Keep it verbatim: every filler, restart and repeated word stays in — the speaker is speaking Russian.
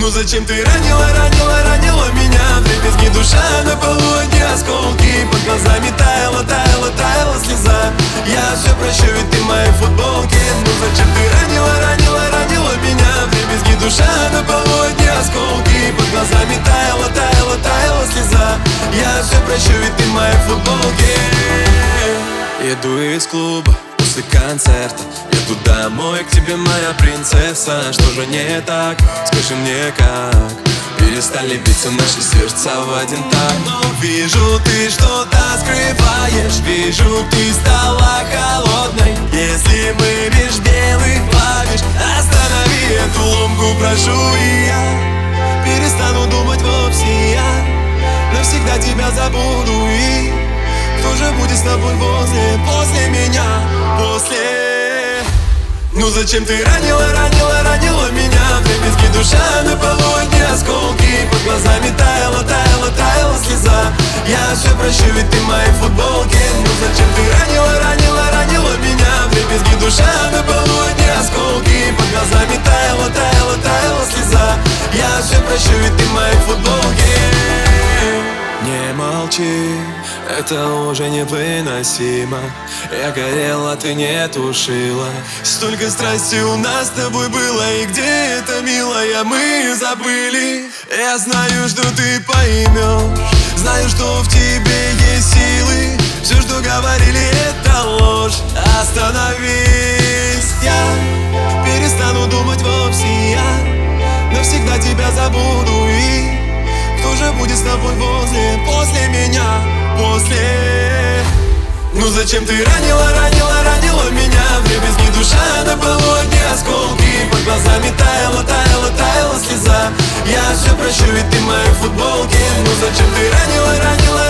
Ну зачем ты ранила, ранила, ранила меня? Вдребезги душа на полу, одни осколки. Под глазами таяла, таяла, таяла слеза. Я все прощу, ведь ты в моей футболке. Ну зачем ты ранила, ранила, ранила меня? Вдребезги душа на полу, одни осколки. Под глазами таяла, таяла, таяла слеза. Я все прощу, ведь ты в моей футболке. Иду из клуба после концерта, еду домой к тебе, моя принцесса. Что же не так? Скажи мне как. Перестали биться наши сердца в один так. Но вижу, ты что-то скрываешь. Вижу, ты стала холодной. Если мы меж белых плавишь, останови эту ломку, прошу. И я перестану думать вовсе. Я навсегда тебя забуду. И кто же будет с тобой возле, после меня, после? Ну зачем ты ранила, ранила, ранила меня? Вдребезги душа на полу, одни осколки. Под глазами таяла, таяла, таяла слеза. Я все прощу, ведь ты в моей футболке. Ну зачем ты ранила, ранила, ранила меня? Вдребезги душа на полу, одни осколки. Под глазами таяла, таяла, таяла слеза. Я все прощу, ведь ты в моей футболке. Не молчи, это уже невыносимо. Я горела, ты не тушила. Столько страсти у нас с тобой было. И где это, милая, мы забыли. Я знаю, что ты поймешь. Знаю, что в тебе есть силы. Все, что говорили, это ложь. Остановись, я перестану думать вовсе. Я навсегда тебя забуду. И кто же будет с тобой возле, после меня, после? Ну зачем ты ранила, ранила, ранила меня? Вдребезги душа на полу, одни осколки. Под глазами таяла, таяла, таяла слеза. Я все прощу, ведь ты в моей футболке. Ну зачем ты ранила, ранила,